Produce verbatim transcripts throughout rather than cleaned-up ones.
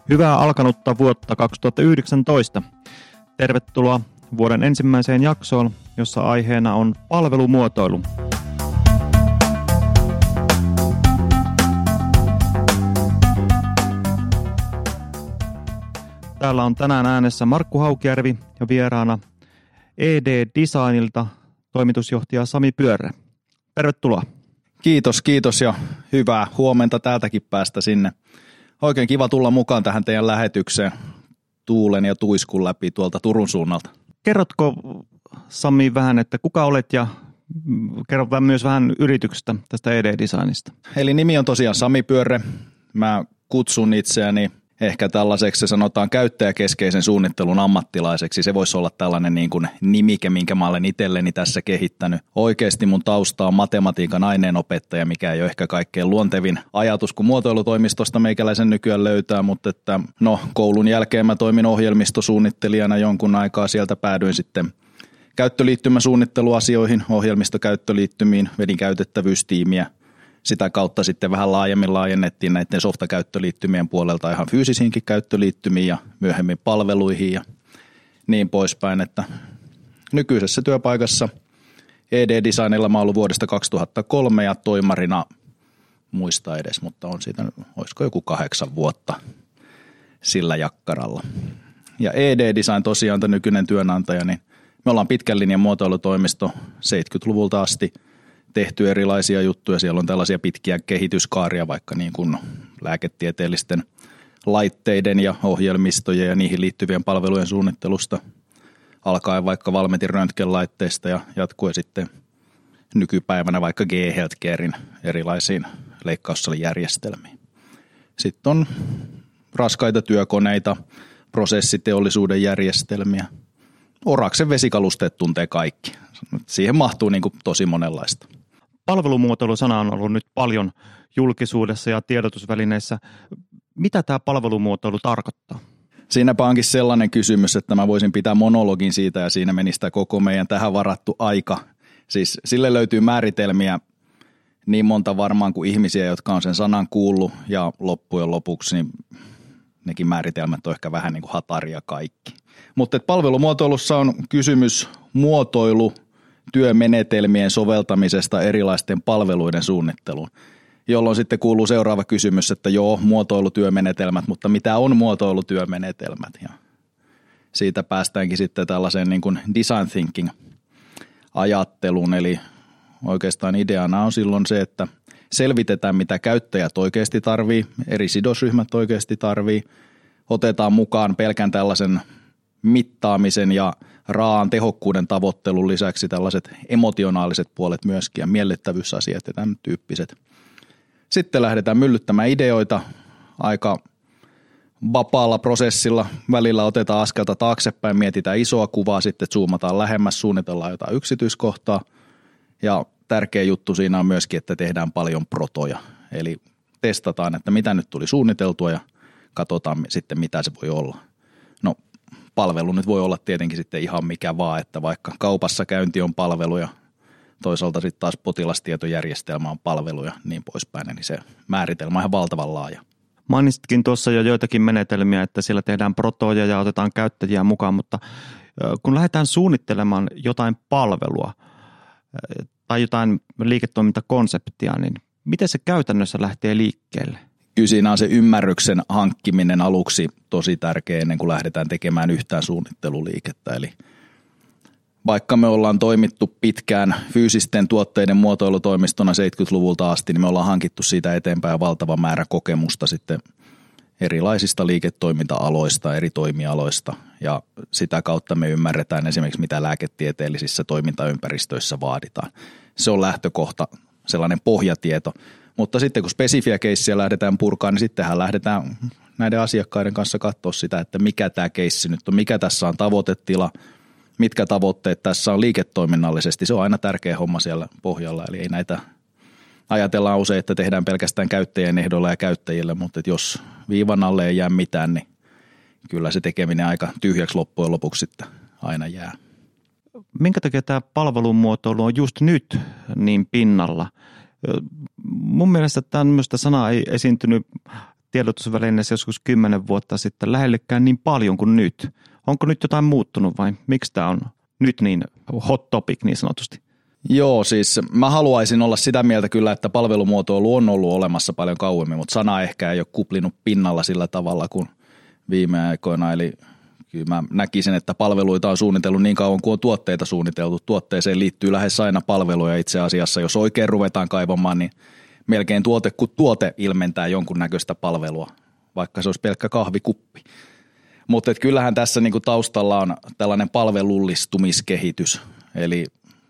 Hyvää alkanutta vuotta kaksituhattayhdeksäntoista. Tervetuloa vuoden ensimmäiseen jaksoon, jossa aiheena on palvelumuotoilu. Täällä on tänään äänessä Markku Haukijärvi ja vieraana E D-designilta toimitusjohtaja Sami Pyörre. Tervetuloa. Kiitos, kiitos ja hyvää huomenta täältäkin päästä sinne. Oikein kiva tulla mukaan tähän teidän lähetykseen tuulen ja tuiskun läpi tuolta Turun suunnalta. Kerrotko, Sami, vähän, että kuka olet ja kerro myös vähän yrityksestä tästä E D-designista. Eli nimi on tosiaan Sami Pyörre. Mä kutsun itseäni ehkä tällaiseksi, sanotaan käyttäjäkeskeisen suunnittelun ammattilaiseksi. Se voisi olla tällainen niin kuin nimike, minkä mä olen itselleni tässä kehittänyt. Oikeasti mun tausta on matematiikan aineenopettaja, mikä ei ole ehkä kaikkein luontevin ajatus, kun muotoilutoimistosta meikäläisen nykyään löytää, mutta että no koulun jälkeen mä toimin ohjelmistosuunnittelijana jonkun aikaa, sieltä päädyin sitten käyttöliittymäsuunnitteluasioihin, ohjelmistokäyttöliittymiin, vedin käytettävyystiimiä. Sitä kautta sitten vähän laajemmin laajennettiin näiden softakäyttöliittymien puolelta ihan fyysisiinkin käyttöliittymiin ja myöhemmin palveluihin ja niin poispäin. Että nykyisessä työpaikassa E D-designilla mä oon ollut vuodesta kaksituhattakolme ja toimarina muista edes, mutta on siitä, olisiko joku kahdeksan vuotta sillä jakkaralla. Ja E D-design tosiaan tämä nykyinen työnantaja, niin me ollaan pitkän linjan muotoilutoimisto seitsemänkymmentäluvulta asti tehty erilaisia juttuja. Siellä on tällaisia pitkiä kehityskaaria vaikka niin kuin lääketieteellisten laitteiden ja ohjelmistojen ja niihin liittyvien palvelujen suunnittelusta alkaen vaikka Valmetin röntgenlaitteista ja jatkuen sitten nykypäivänä vaikka G-Healthcarein erilaisiin leikkaussalijärjestelmiin. Sitten on raskaita työkoneita, prosessiteollisuuden järjestelmiä. Oraksen vesikalusteet tuntee kaikki. Siihen mahtuu niin kuin tosi monenlaista. Palvelumuotoilu-sana on ollut nyt paljon julkisuudessa ja tiedotusvälineissä. Mitä tämä palvelumuotoilu tarkoittaa? Siinäpä onkin sellainen kysymys, että mä voisin pitää monologin siitä ja siinä meni sitä koko meidän tähän varattu aika. Siis sille löytyy määritelmiä niin monta varmaan kuin ihmisiä, jotka on sen sanan kuullut ja loppujen lopuksi niin nekin määritelmät on ehkä vähän niin kuin hataria kaikki. Mutta palvelumuotoilussa on kysymys muotoilu työmenetelmien soveltamisesta erilaisten palveluiden suunnitteluun, jolloin sitten kuuluu seuraava kysymys, että joo, muotoilutyömenetelmät, mutta mitä on muotoilutyömenetelmät? Ja siitä päästäänkin sitten tällaiseen niin kuin design thinking ajatteluun, eli oikeastaan ideana on silloin se, että selvitetään, mitä käyttäjät oikeasti tarvii, eri sidosryhmät oikeasti tarvii, otetaan mukaan pelkän tällaisen mittaamisen ja raaan tehokkuuden tavoittelun lisäksi tällaiset emotionaaliset puolet myöskin ja miellyttävyysasiat ja tämän tyyppiset. Sitten lähdetään myllyttämään ideoita aika vapaalla prosessilla. Välillä otetaan askelta taaksepäin, mietitään isoa kuvaa, sitten zoomataan lähemmäs, suunnitellaan jotain yksityiskohtaa. Ja tärkeä juttu siinä on myöskin, että tehdään paljon protoja. Eli testataan, että mitä nyt tuli suunniteltua ja katsotaan sitten, mitä se voi olla. No palvelu nyt voi olla tietenkin sitten ihan mikä vaan, että vaikka kaupassa käynti on palveluja, toisaalta sitten taas potilastietojärjestelmä on palveluja niin poispäin, niin se määritelmä on ihan valtavan laaja. Mainitsitkin tuossa jo joitakin menetelmiä, että siellä tehdään protoja ja otetaan käyttäjiä mukaan, mutta kun lähdetään suunnittelemaan jotain palvelua tai jotain liiketoimintakonseptia, niin miten se käytännössä lähtee liikkeelle? Kyllä siinä on se ymmärryksen hankkiminen aluksi tosi tärkeä ennen kuin lähdetään tekemään yhtään suunnitteluliikettä. Eli vaikka me ollaan toimittu pitkään fyysisten tuotteiden muotoilutoimistona seitsemänkymmentäluvulta asti, niin me ollaan hankittu siitä eteenpäin valtava määrä kokemusta sitten erilaisista liiketoiminta-aloista, eri toimialoista. Ja sitä kautta me ymmärretään esimerkiksi, mitä lääketieteellisissä toimintaympäristöissä vaaditaan. Se on lähtökohta, sellainen pohjatieto. Mutta sitten kun spesifiä keissiä lähdetään purkaan, niin sittenhän lähdetään näiden asiakkaiden kanssa katsoa sitä, että mikä tämä keissi nyt on, mikä tässä on tavoitetila, mitkä tavoitteet tässä on liiketoiminnallisesti. Se on aina tärkeä homma siellä pohjalla, eli ei näitä, ajatellaan usein, että tehdään pelkästään käyttäjien ehdolla ja käyttäjille, mutta jos viivan alle ei jää mitään, niin kyllä se tekeminen aika tyhjäksi loppujen lopuksi sitten aina jää. Minkä takia tämä palvelumuotoilu on just nyt niin pinnalla? Mun mielestä tämmöistä sanaa ei esiintynyt tiedotusvälineissä joskus kymmenen vuotta sitten lähellekään niin paljon kuin nyt. Onko nyt jotain muuttunut vai miksi tämä on nyt niin hot topic niin sanotusti? Joo, siis mä haluaisin olla sitä mieltä kyllä, että palvelumuotoilu on ollut olemassa paljon kauemmin, mutta sana ehkä ei ole kuplinut pinnalla sillä tavalla kuin viime aikoina. Eli kyllä mä näkisin, että palveluita on suunnitellut niin kauan kuin on tuotteita suunniteltu. Tuotteeseen liittyy lähes aina palveluja itse asiassa. Jos oikein ruvetaan kaivamaan, niin melkein tuote kuin tuote ilmentää jonkunnäköistä palvelua, vaikka se olisi pelkkä kahvikuppi. Mutta kyllähän tässä niinku taustalla on tällainen palvelullistumiskehitys, eli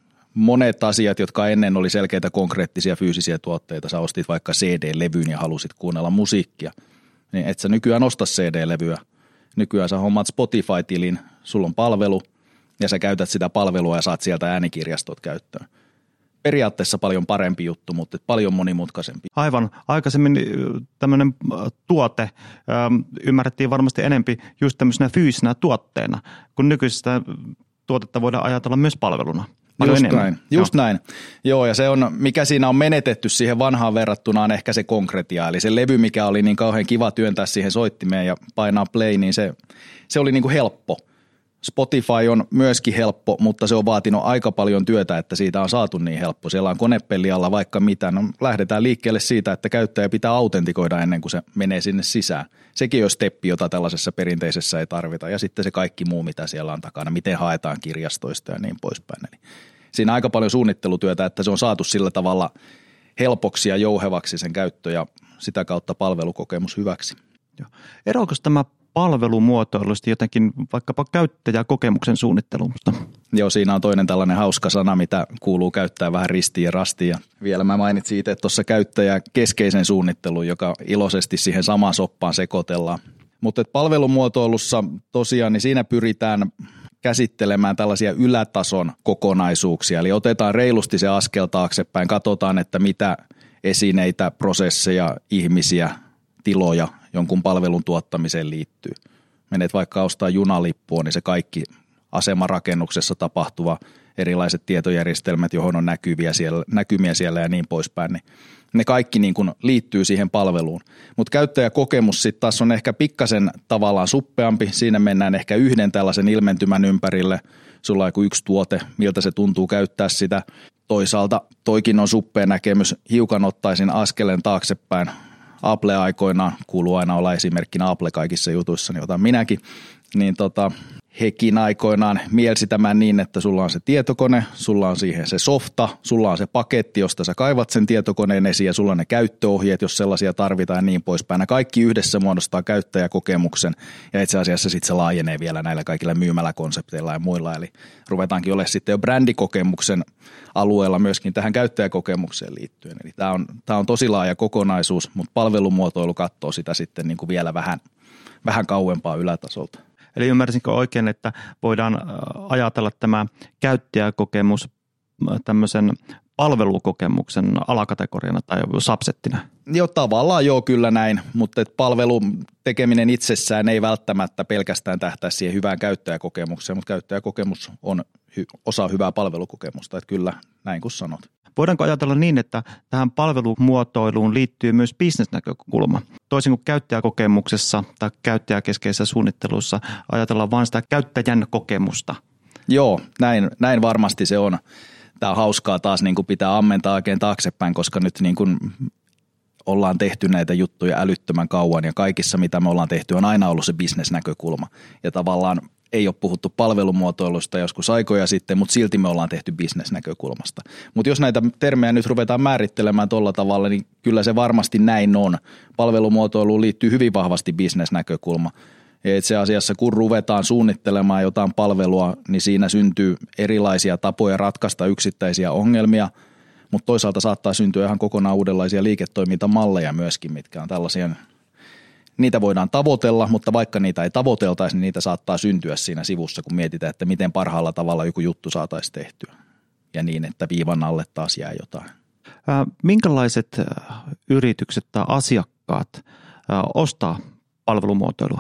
monet asiat, jotka ennen oli selkeitä konkreettisia fyysisiä tuotteita, sä ostit vaikka C D-levyn ja halusit kuunnella musiikkia, niin et sä nykyään osta C D-levyä. Nykyään sä hommat Spotify-tilin, sulla on palvelu ja sä käytät sitä palvelua ja saat sieltä äänikirjastot käyttöön. Periaatteessa paljon parempi juttu, mutta paljon monimutkaisempi. Aivan. Aikaisemmin tämmöinen tuote ö, ymmärrettiin varmasti enempi just tämmöisenä fyysisenä tuotteena, kun nykyisestä tuotetta voidaan ajatella myös palveluna. Just enemmän. näin, just Joo. näin. Joo, ja se on, mikä siinä on menetetty siihen vanhaan verrattuna on ehkä se konkretia. Eli se levy, mikä oli niin kauhean kiva työntää siihen soittimeen ja painaa play, niin se, se oli niin kuin helppo. Spotify on myöskin helppo, mutta se on vaatinut aika paljon työtä, että siitä on saatu niin helppo. Siellä on konepeli alla vaikka mitä. No, lähdetään liikkeelle siitä, että käyttäjä pitää autentikoida ennen kuin se menee sinne sisään. Sekin on steppi, jota tällaisessa perinteisessä ei tarvita. Ja sitten se kaikki muu, mitä siellä on takana, miten haetaan kirjastoista ja niin poispäin. Eli siinä on aika paljon suunnittelutyötä, että se on saatu sillä tavalla helpoksi ja jouhevaksi sen käyttö ja sitä kautta palvelukokemus hyväksi. Joo. Eroako tämä palvelumuotoilusti jotenkin vaikkapa käyttäjäkokemuksen suunnittelusta? Joo, siinä on toinen tällainen hauska sana, mitä kuuluu käyttää vähän ristiin ja rastiin. Ja vielä mä mainitsin itse tuossa käyttäjäkeskeisen suunnittelun, joka iloisesti siihen samaan soppaan sekoitellaan. Mutta palvelumuotoilussa tosiaan, niin siinä pyritään käsittelemään tällaisia ylätason kokonaisuuksia. Eli otetaan reilusti se askel taaksepäin, katsotaan, että mitä esineitä, prosesseja, ihmisiä, tiloja jonkun palvelun tuottamiseen liittyy. Menet vaikka ostaa junalippua, niin se kaikki asemarakennuksessa tapahtuva erilaiset tietojärjestelmät, johon on näkyviä siellä, näkymiä siellä ja niin poispäin, niin ne kaikki niin kuin liittyy siihen palveluun. Mutta käyttäjäkokemus sitten taas on ehkä pikkasen tavallaan suppeampi. Siinä mennään ehkä yhden tällaisen ilmentymän ympärille. Sulla on joku yksi tuote, miltä se tuntuu käyttää sitä. Toisaalta toikin on suppea näkemys. Hiukan ottaisin askeleen taaksepäin. Apple aikoinaan, kuuluu aina olla esimerkkinä Apple kaikissa jutuissa, niin otan minäkin, niin tota, hekin aikoinaan mielsi tämän niin, että sulla on se tietokone, sulla on siihen se softa, sulla on se paketti, josta sä kaivat sen tietokoneen esiin ja sulla on ne käyttöohjeet, jos sellaisia tarvitaan ja niin poispäin. Ja kaikki yhdessä muodostaa käyttäjäkokemuksen ja itse asiassa sitten se laajenee vielä näillä kaikilla myymäläkonsepteilla ja muilla. Eli ruvetaankin olemaan sitten jo brändikokemuksen alueella myöskin tähän käyttäjäkokemukseen liittyen. Eli tämä on, tämä on tosi laaja kokonaisuus, mutta palvelumuotoilu katsoo sitä sitten niin kuin vielä vähän, vähän kauempaa ylätasolta. Eli ymmärsinkö oikein, että voidaan ajatella tämä käyttäjäkokemus tämmöisen palvelukokemuksen alakategoriana tai subsettina? Joo, tavallaan joo, kyllä näin, mutta palvelun tekeminen itsessään ei välttämättä pelkästään tähtää siihen hyvään käyttäjäkokemukseen, mutta käyttäjäkokemus on hy- osa hyvää palvelukokemusta, että kyllä näin kuin sanot. Voidaanko ajatella niin, että tähän palvelumuotoiluun liittyy myös bisnesnäkökulma? Toisin kuin käyttäjäkokemuksessa tai käyttäjäkeskeisessä suunnittelussa ajatellaan vain sitä käyttäjän kokemusta. Joo, näin, näin varmasti se on. Tämä on hauskaa taas niin kuin pitää ammentaa oikein taaksepäin, koska nyt niin kuin ollaan tehty näitä juttuja älyttömän kauan ja kaikissa mitä me ollaan tehty on aina ollut se bisnesnäkökulma. Ja tavallaan ei ole puhuttu palvelumuotoilusta joskus aikoja sitten, mutta silti me ollaan tehty bisnesnäkökulmasta. Mutta jos näitä termejä nyt ruvetaan määrittelemään tuolla tavalla, niin kyllä se varmasti näin on. Palvelumuotoiluun liittyy hyvin vahvasti bisnesnäkökulma. Ja itse asiassa kun ruvetaan suunnittelemaan jotain palvelua, niin siinä syntyy erilaisia tapoja ratkaista yksittäisiä ongelmia, mutta toisaalta saattaa syntyä ihan kokonaan uudenlaisia liiketoimintamalleja myöskin, mitkä on tällaisia. Niitä voidaan tavoitella, mutta vaikka niitä ei tavoiteltaisi, niin niitä saattaa syntyä siinä sivussa, kun mietitään, että miten parhaalla tavalla joku juttu saataisiin tehtyä. Ja niin, että viivan alle taas jää jotain. Minkälaiset yritykset tai asiakkaat ostaa palvelumuotoilua?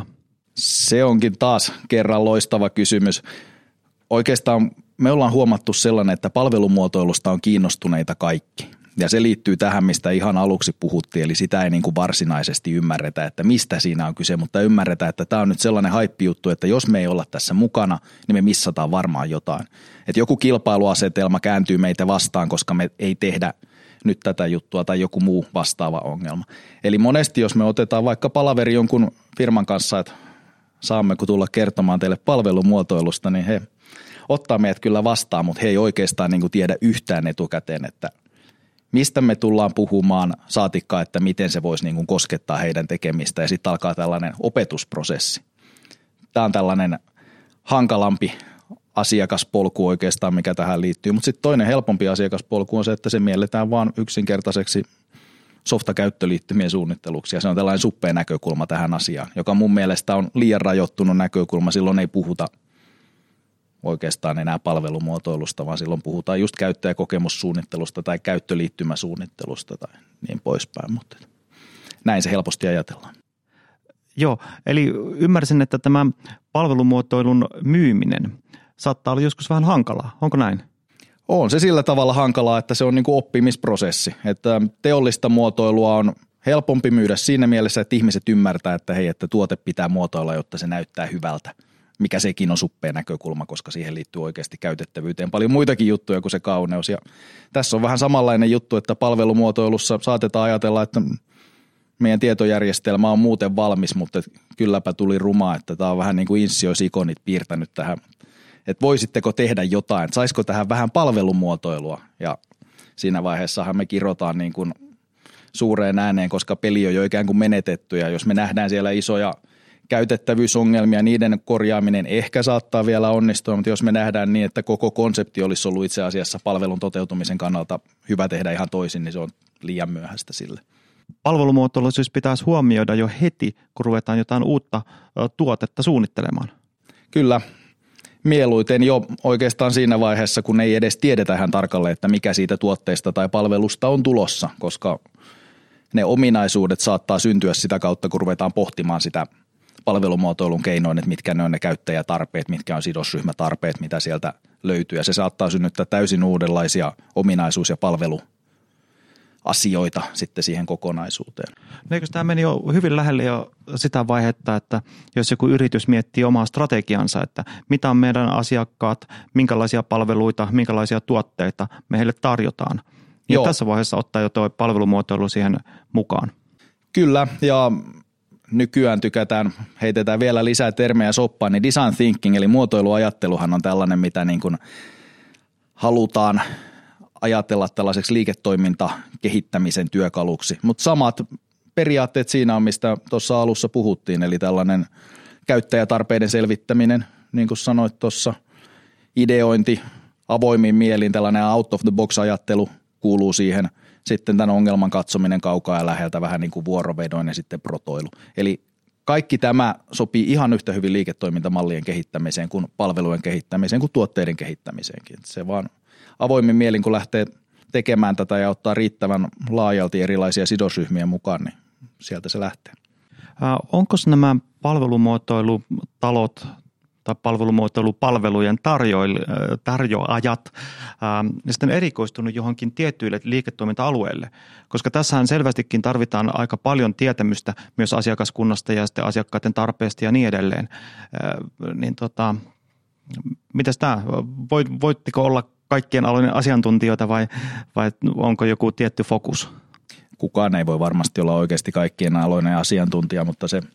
Se onkin taas kerran loistava kysymys. Oikeastaan me ollaan huomattu sellainen, että palvelumuotoilusta on kiinnostuneita kaikki. Ja se liittyy tähän, mistä ihan aluksi puhuttiin, eli sitä ei niin kuin varsinaisesti ymmärretä, että mistä siinä on kyse, mutta ymmärretään, että tämä on nyt sellainen haippijuttu, että jos me ei olla tässä mukana, niin me missataan varmaan jotain. Että joku kilpailuasetelma kääntyy meitä vastaan, koska me ei tehdä nyt tätä juttua tai joku muu vastaava ongelma. Eli monesti, jos me otetaan vaikka palaveri jonkun firman kanssa, että saammeko tulla kertomaan teille palvelumuotoilusta, niin he ottaa meidät kyllä vastaan, mutta he ei oikeastaan niin kuin tiedä yhtään etukäteen, että mistä me tullaan puhumaan, saatikkaa, että miten se voisi niin kuin koskettaa heidän tekemistä ja sitten alkaa tällainen opetusprosessi. Tämä on tällainen hankalampi asiakaspolku oikeastaan, mikä tähän liittyy, mutta sitten toinen helpompi asiakaspolku on se, että se mielletään vaan yksinkertaiseksi softakäyttöliittymien suunnitteluksi ja se on tällainen suppea näkökulma tähän asiaan, joka mun mielestä on liian rajoittunut näkökulma, silloin ei puhuta oikeastaan enää palvelumuotoilusta, vaan silloin puhutaan just käyttäjäkokemussuunnittelusta tai käyttöliittymäsuunnittelusta tai niin poispäin, mutta näin se helposti ajatellaan. Joo, eli ymmärsin, että tämä palvelumuotoilun myyminen saattaa olla joskus vähän hankalaa. Onko näin? On se sillä tavalla hankalaa, että se on niin kuin oppimisprosessi, että teollista muotoilua on helpompi myydä siinä mielessä, että ihmiset ymmärtää, että hei, että tuote pitää muotoilla, jotta se näyttää hyvältä. Mikä sekin on suppea näkökulma, koska siihen liittyy oikeasti käytettävyyteen paljon muitakin juttuja kuin se kauneus. Ja tässä on vähän samanlainen juttu, että palvelumuotoilussa saatetaan ajatella, että meidän tietojärjestelmä on muuten valmis, mutta kylläpä tuli rumaa, että tämä on vähän niin kuin inssioisikonit piirtänyt tähän. Että voisitteko tehdä jotain, että saisiko tähän vähän palvelumuotoilua ja siinä vaiheessahan me kirotaan niin kuin suureen ääneen, koska peli on jo ikään kuin menetetty ja jos me nähdään siellä isoja käytettävyysongelmia, niiden korjaaminen ehkä saattaa vielä onnistua, mutta jos me nähdään niin, että koko konsepti olisi ollut itse asiassa palvelun toteutumisen kannalta hyvä tehdä ihan toisin, niin se on liian myöhäistä sille. Palvelumuotoilu siis pitäisi huomioida jo heti, kun ruvetaan jotain uutta tuotetta suunnittelemaan. Kyllä. Mieluiten jo oikeastaan siinä vaiheessa, kun ei edes tiedetä ihan tarkalleen, että mikä siitä tuotteesta tai palvelusta on tulossa, koska ne ominaisuudet saattaa syntyä sitä kautta, kun ruvetaan pohtimaan sitä palvelumuotoilun keinoin, että mitkä ne on ne käyttäjätarpeet, mitkä on sidosryhmätarpeet, mitä sieltä löytyy. Ja se saattaa synnyttää täysin uudenlaisia ominaisuus- ja palveluasioita sitten siihen kokonaisuuteen. No eikö tämä meni jo hyvin lähelle jo sitä vaihetta, että jos joku yritys miettii omaa strategiansa, että mitä on meidän asiakkaat, minkälaisia palveluita, minkälaisia tuotteita me heille tarjotaan. Ja tässä vaiheessa ottaa jo tuo palvelumuotoilu siihen mukaan. Kyllä, ja nykyään tykätään, heitetään vielä lisää termejä soppaan, niin design thinking eli muotoiluajatteluhan on tällainen, mitä niin kuin halutaan ajatella tällaiseksi liiketoimintakehittämisen työkaluksi. Mutta samat periaatteet siinä on, mistä tuossa alussa puhuttiin, eli tällainen käyttäjätarpeiden selvittäminen, niin kuin sanoit tuossa, ideointi, avoimin mielin, tällainen out of the box ajattelu kuuluu siihen. Sitten tämän ongelman katsominen kaukaa ja läheltä vähän niin kuin vuorovedoin ja sitten protoilu. Eli kaikki tämä sopii ihan yhtä hyvin liiketoimintamallien kehittämiseen kuin palvelujen kehittämiseen kuin tuotteiden kehittämiseenkin. Se vaan avoimin mielin, kun lähtee tekemään tätä ja ottaa riittävän laajalti erilaisia sidosryhmiä mukaan, niin sieltä se lähtee. Onko nämä palvelumuotoilutalot tai palvelumuotoilupalvelujen tarjoajat ää, sitten erikoistunut johonkin tiettyille liiketoiminta-alueille, koska tässähän selvästikin tarvitaan aika paljon tietämystä myös asiakaskunnasta ja sitten asiakkaiden tarpeesta ja niin edelleen. Ää, niin tota, mitäs tämä? Voit, voitteko olla kaikkien alojen asiantuntijoita vai, vai onko joku tietty fokus? Kukaan ei voi varmasti olla oikeasti kaikkien alojen asiantuntija, mutta se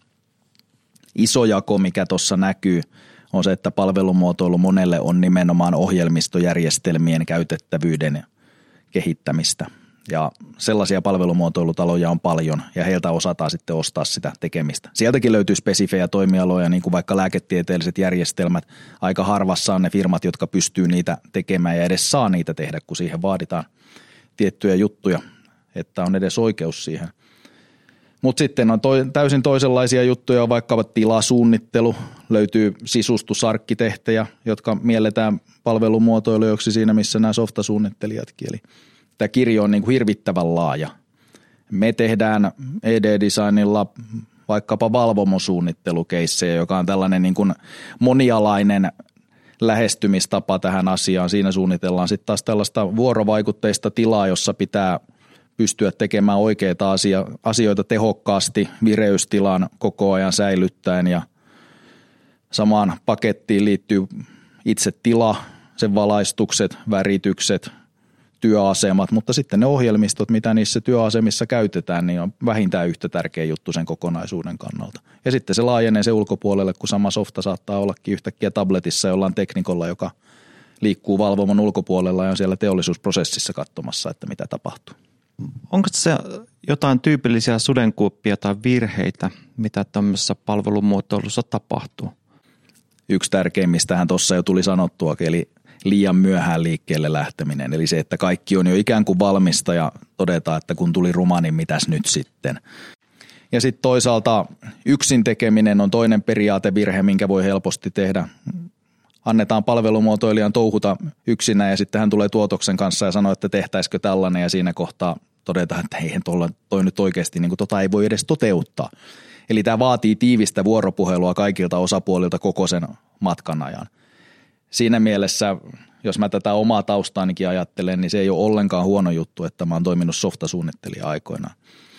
iso jako, mikä tuossa näkyy, on se, että palvelumuotoilu monelle on nimenomaan ohjelmistojärjestelmien käytettävyyden kehittämistä. Ja sellaisia palvelumuotoilutaloja on paljon ja heiltä osataan sitten ostaa sitä tekemistä. Sieltäkin löytyy spesifejä toimialoja, niin kuin vaikka lääketieteelliset järjestelmät. Aika harvassa on ne firmat, jotka pystyy niitä tekemään ja edes saa niitä tehdä, kun siihen vaaditaan tiettyjä juttuja, että on edes oikeus siihen. Mutta sitten on toi, täysin toisenlaisia juttuja, vaikka tilasuunnittelu, löytyy sisustusarkkitehtejä, jotka mielletään palvelumuotoilijoiksi siinä, missä nämä softasuunnittelijatkin. Eli tämä kirjo on niin kuin hirvittävän laaja. Me tehdään E D-designilla vaikkapa valvomosuunnittelukeissejä, joka on tällainen niin kuin monialainen lähestymistapa tähän asiaan. Siinä suunnitellaan sitten taas tällaista vuorovaikutteista tilaa, jossa pitää pystyä tekemään oikeita asia, asioita tehokkaasti, vireystilan koko ajan säilyttäen ja samaan pakettiin liittyy itse tila, sen valaistukset, väritykset, työasemat, mutta sitten ne ohjelmistot, mitä niissä työasemissa käytetään, niin on vähintään yhtä tärkeä juttu sen kokonaisuuden kannalta. Ja sitten se laajenee se ulkopuolelle, kun sama softa saattaa ollakin yhtäkkiä tabletissa jollain teknikolla, joka liikkuu valvomon ulkopuolella ja on siellä teollisuusprosessissa katsomassa, että mitä tapahtuu. Onko se jotain tyypillisiä sudenkuoppia tai virheitä, mitä tämmöisessä palvelumuotoilussa tapahtuu? Yksi tärkeimmistähän tuossa jo tuli sanottua, eli liian myöhään liikkeelle lähteminen. Eli se, että kaikki on jo ikään kuin valmista ja todetaan, että kun tuli ruma, niin mitäs nyt sitten. Ja sitten toisaalta yksin tekeminen on toinen periaatevirhe, minkä voi helposti tehdä. Annetaan palvelumuotoilijan touhuta yksinä ja sitten hän tulee tuotoksen kanssa ja sanoo, että tehtäisikö tällainen ja siinä kohtaa todetaan, että eihän toi nyt oikeasti, niin kuin tota ei voi edes toteuttaa. Eli tämä vaatii tiivistä vuoropuhelua kaikilta osapuolilta koko sen matkan ajan. Siinä mielessä, jos mä tätä omaa taustaanikin ajattelen, niin se ei ole ollenkaan huono juttu, että mä oon toiminut softasuunnittelija aikoinaan.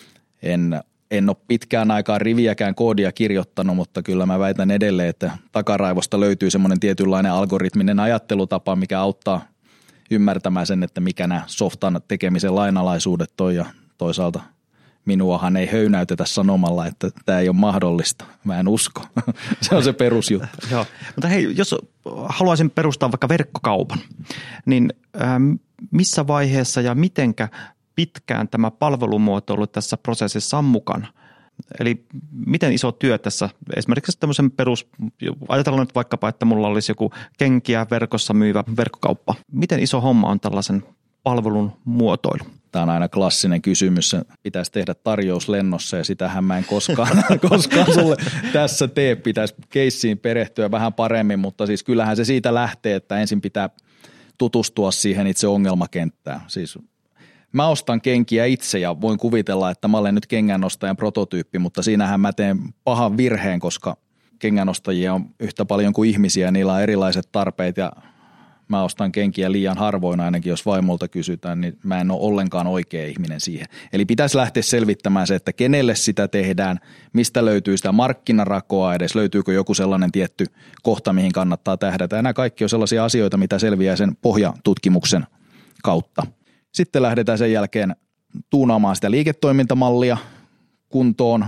En, en ole pitkään aikaan riviäkään koodia kirjoittanut, mutta kyllä mä väitän edelleen, että takaraivosta löytyy semmoinen tietynlainen algoritminen ajattelutapa, mikä auttaa ymmärtämään sen, että mikä nämä softan tekemisen lainalaisuudet on ja toisaalta minuahan ei höynäytetä sanomalla, että tämä ei ole mahdollista. Mä en usko. Se on se perusjuttu. Joo, mutta hei, jos haluaisin perustaa vaikka verkkokaupan, niin ähm, missä vaiheessa ja mitenkä pitkään tämä palvelumuotoilu tässä prosessissa on mukana? Eli miten iso työ tässä, esimerkiksi tämmöisen perus, ajatellaan nyt vaikkapa, että mulla olisi joku kenkiä verkossa myyvä verkkokauppa. Miten iso homma on tällaisen palvelun muotoilu? Tämä on aina klassinen kysymys. Pitäisi tehdä tarjous lennossa ja sitähän mä en koskaan, koskaan sulle tässä tee. Pitäisi keissiin perehtyä vähän paremmin, mutta siis kyllähän se siitä lähtee, että ensin pitää tutustua siihen itse ongelmakenttään. Siis mä ostan kenkiä itse ja voin kuvitella, että mä olen nyt kengänostajan prototyyppi, mutta siinähän mä teen pahan virheen, koska kengänostajia on yhtä paljon kuin ihmisiä, niillä on erilaiset tarpeet ja mä ostan kenkiä liian harvoin ainakin, jos vaimolta kysytään, niin mä en ole ollenkaan oikea ihminen siihen. Eli pitäisi lähteä selvittämään se, että kenelle sitä tehdään, mistä löytyy sitä markkinarakoa edes, löytyykö joku sellainen tietty kohta, mihin kannattaa tähdätä. Ja nämä kaikki on sellaisia asioita, mitä selviää sen pohjatutkimuksen kautta. Sitten lähdetään sen jälkeen tuunaamaan sitä liiketoimintamallia kuntoon,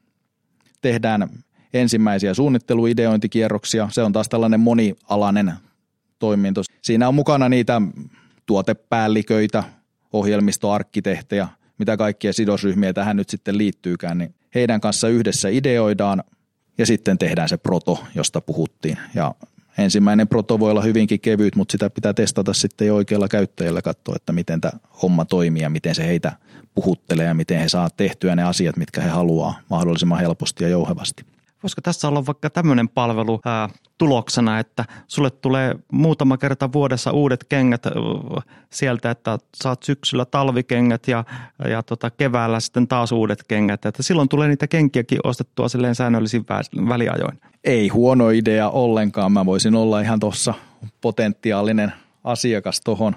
tehdään ensimmäisiä suunnitteluideointikierroksia, se on taas tällainen monialainen toiminto. Siinä on mukana niitä tuotepäälliköitä, ohjelmistoarkkitehtejä, mitä kaikkia sidosryhmiä tähän nyt sitten liittyykään, niin heidän kanssa yhdessä ideoidaan ja sitten tehdään se proto, josta puhuttiin. Ja ensimmäinen proto voi olla hyvinkin kevyt, mutta sitä pitää testata sitten jo oikealla käyttäjällä, katsoa, että miten tämä homma toimii ja miten se heitä puhuttelee ja miten he saa tehtyä ne asiat, mitkä he haluaa mahdollisimman helposti ja jouhevasti. Voisiko tässä olla vaikka tämmöinen palvelu ää, tuloksena, että sulle tulee muutama kerta vuodessa uudet kengät ää, sieltä, että saat syksyllä talvikengät ja, ja tota, keväällä sitten taas uudet kengät. Että silloin tulee niitä kenkiäkin ostettua silleen säännöllisin väliajoin. Ei huono idea ollenkaan. Mä voisin olla ihan tuossa potentiaalinen asiakas tohon,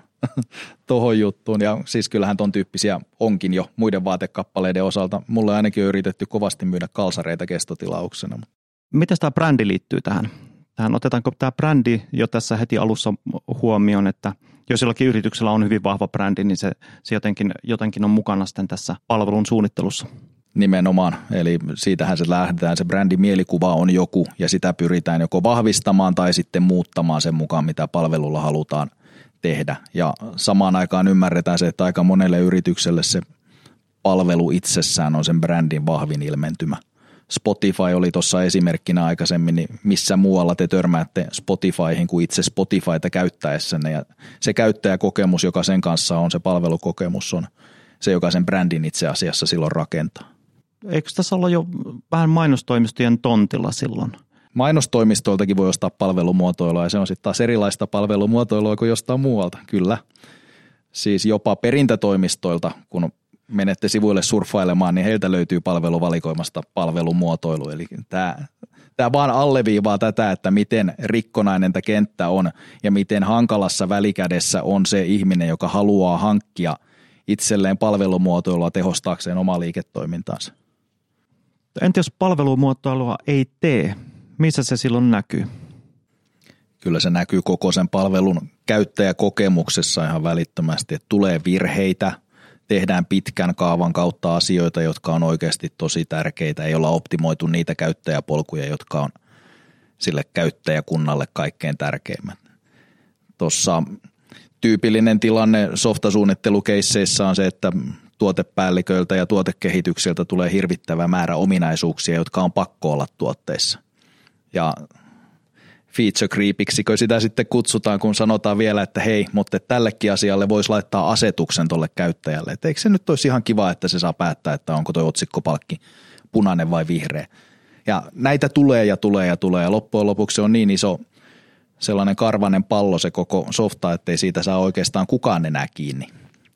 tohon juttuun. Ja siis kyllähän ton tyyppisiä onkin jo muiden vaatekappaleiden osalta. Mulle ainakin on yritetty kovasti myydä kalsareita kestotilauksena. Miten tämä brändi liittyy tähän? tähän? Otetaanko tämä brändi jo tässä heti alussa huomioon, että jos jollakin yrityksellä on hyvin vahva brändi, niin se, se jotenkin, jotenkin on mukana sitten tässä palvelun suunnittelussa? Nimenomaan, eli siitähän se lähdetään, se brändin mielikuva on joku ja sitä pyritään joko vahvistamaan tai sitten muuttamaan sen mukaan, mitä palvelulla halutaan tehdä. Ja samaan aikaan ymmärretään se, että aika monelle yritykselle se palvelu itsessään on sen brändin vahvin ilmentymä. Spotify oli tuossa esimerkkinä aikaisemmin, niin missä muualla te törmäätte Spotifyhin kuin itse Spotifyta käyttäessänne ja se käyttäjäkokemus, joka sen kanssa on, se palvelukokemus on se, joka sen brändin itse asiassa silloin rakentaa. Eikö tässä olla jo vähän mainostoimistojen tontilla silloin? Mainostoimistoiltakin voi ostaa palvelumuotoilua ja se on sitten taas erilaista palvelumuotoilua kuin jostain muualta, kyllä. Siis jopa perintätoimistoilta, kun menette sivuille surffailemaan, niin heiltä löytyy palveluvalikoimasta palvelumuotoilu. Eli tämä, tämä vaan alleviivaa tätä, että miten rikkonainen tämä kenttä on ja miten hankalassa välikädessä on se ihminen, joka haluaa hankkia itselleen palvelumuotoilua tehostaakseen omaa liiketoimintaansa. Entä jos palvelumuotoilua ei tee, missä se silloin näkyy? Kyllä se näkyy koko sen palvelun käyttäjäkokemuksessa ihan välittömästi, että tulee virheitä, tehdään pitkän kaavan kautta asioita, jotka on oikeasti tosi tärkeitä, ei olla optimoitu niitä käyttäjäpolkuja, jotka on sille käyttäjäkunnalle kaikkein tärkeimmät. Tuossa tyypillinen tilanne softasuunnittelukeisseissä on se, että tuotepäälliköiltä ja tuotekehitykseltä tulee hirvittävä määrä ominaisuuksia, jotka on pakko olla tuotteissa. Ja feature creepiksikö sitä sitten kutsutaan, kun sanotaan vielä, että hei, mutta tällekin asialle voisi laittaa asetuksen tuolle käyttäjälle. Et eikö se nyt olisi ihan kiva, että se saa päättää, että onko tuo otsikkopalkki punainen vai vihreä. Ja näitä tulee ja tulee ja tulee ja loppujen lopuksi se on niin iso sellainen karvainen pallo se koko softa, ettei siitä saa oikeastaan kukaan enää kiinni.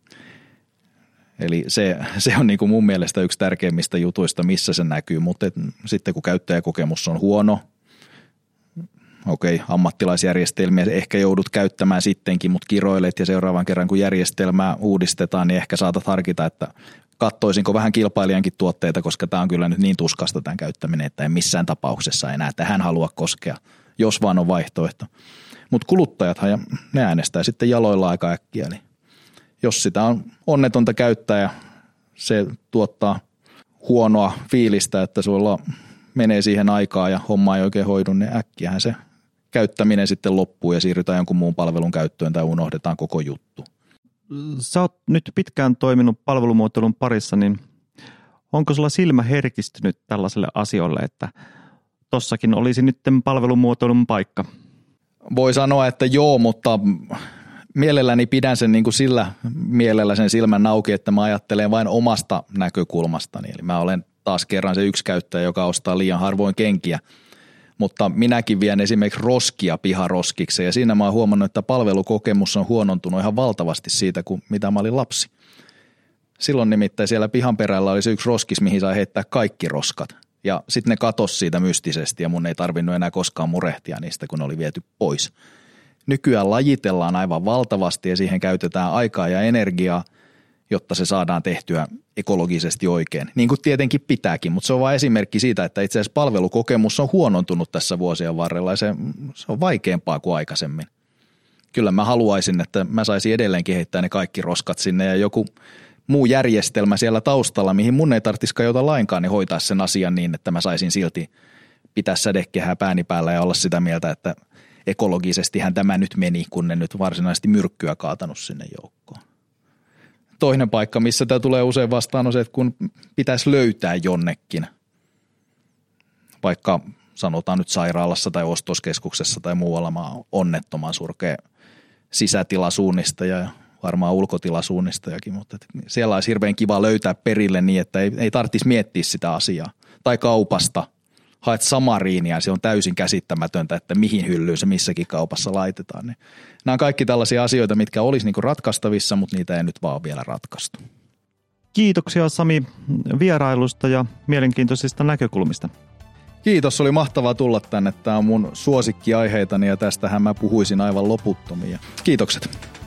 Eli se, se on niin kuin mun mielestä yksi tärkeimmistä jutuista, missä se näkyy, mutta et, sitten kun käyttäjäkokemus on huono, okei, ammattilaisjärjestelmiä ehkä joudut käyttämään sittenkin, mutta kiroilet ja seuraavan kerran kun järjestelmää uudistetaan, niin ehkä saatat harkita, että kattoisinko vähän kilpailijankin tuotteita, koska tämä on kyllä nyt niin tuskasta tämän käyttäminen, että en missään tapauksessa enää tähän halua koskea, jos vaan on vaihtoehto. Mutta kuluttajathan, ne äänestää sitten jaloilla aika äkkiä, eli jos sitä on onnetonta käyttää ja se tuottaa huonoa fiilistä, että sulla menee siihen aikaa ja homma ei oikein hoidu, niin äkkiähän se käyttäminen sitten loppuu ja siirrytään jonkun muun palvelun käyttöön tai unohdetaan koko juttu. Sä oot nyt pitkään toiminut palvelumuotoilun parissa, niin onko sulla silmä herkistynyt tällaiselle asioille, että tossakin olisi nyt palvelumuotoilun paikka? Voi sanoa, että joo, mutta mielelläni pidän sen niin kuin sillä mielellä sen silmän auki, että mä ajattelen vain omasta näkökulmastani. Eli mä olen taas kerran se yksi käyttäjä, joka ostaa liian harvoin kenkiä, mutta minäkin vien esimerkiksi roskia piharoskiksi ja siinä mä oon huomannut, että palvelukokemus on huonontunut ihan valtavasti siitä, kuin mitä mä olin lapsi. Silloin nimittäin siellä pihan perällä oli se yksi roskis, mihin sai heittää kaikki roskat ja sitten ne katosi siitä mystisesti ja mun ei tarvinnut enää koskaan murehtia niistä, kun ne oli viety pois. Nykyään lajitellaan aivan valtavasti ja siihen käytetään aikaa ja energiaa, jotta se saadaan tehtyä ekologisesti oikein. Niin kuin tietenkin pitääkin, mutta se on vain esimerkki siitä, että itse asiassa palvelukokemus on huonontunut tässä vuosien varrella ja se, se on vaikeampaa kuin aikaisemmin. Kyllä mä haluaisin, että mä saisin edelleen kehittää ne kaikki roskat sinne ja joku muu järjestelmä siellä taustalla, mihin mun ei tarvitsisi kajota lainkaan, niin hoitaa sen asian niin, että mä saisin silti pitää sädekehää pääni päällä ja olla sitä mieltä, että ekologisestihän tämä nyt meni, kun ne nyt varsinaisesti myrkkyä kaatanut sinne joukkoon. Toinen paikka, missä tämä tulee usein vastaan, on se, että kun pitäisi löytää jonnekin, vaikka sanotaan nyt sairaalassa tai ostoskeskuksessa tai muualla, mä oon onnettoman surkea sisätilasuunnistaja ja varmaan ulkotilasuunnistajakin, mutta siellä olisi hirveän kiva löytää perille niin, että ei, ei tarvitsisi miettiä sitä asiaa. Tai kaupasta. Haet samariinia ja se on täysin käsittämätöntä, että mihin hyllyyn se missäkin kaupassa laitetaan. Niin nämä on kaikki tällaisia asioita, mitkä olisi niinku ratkaistavissa, mutta niitä ei nyt vaan vielä ratkaistu. Kiitoksia Sami vierailusta ja mielenkiintoisista näkökulmista. Kiitos, oli mahtavaa tulla tänne. Tämä on mun suosikkiaiheitani ja tästähän mä puhuisin aivan loputtomia. Kiitokset.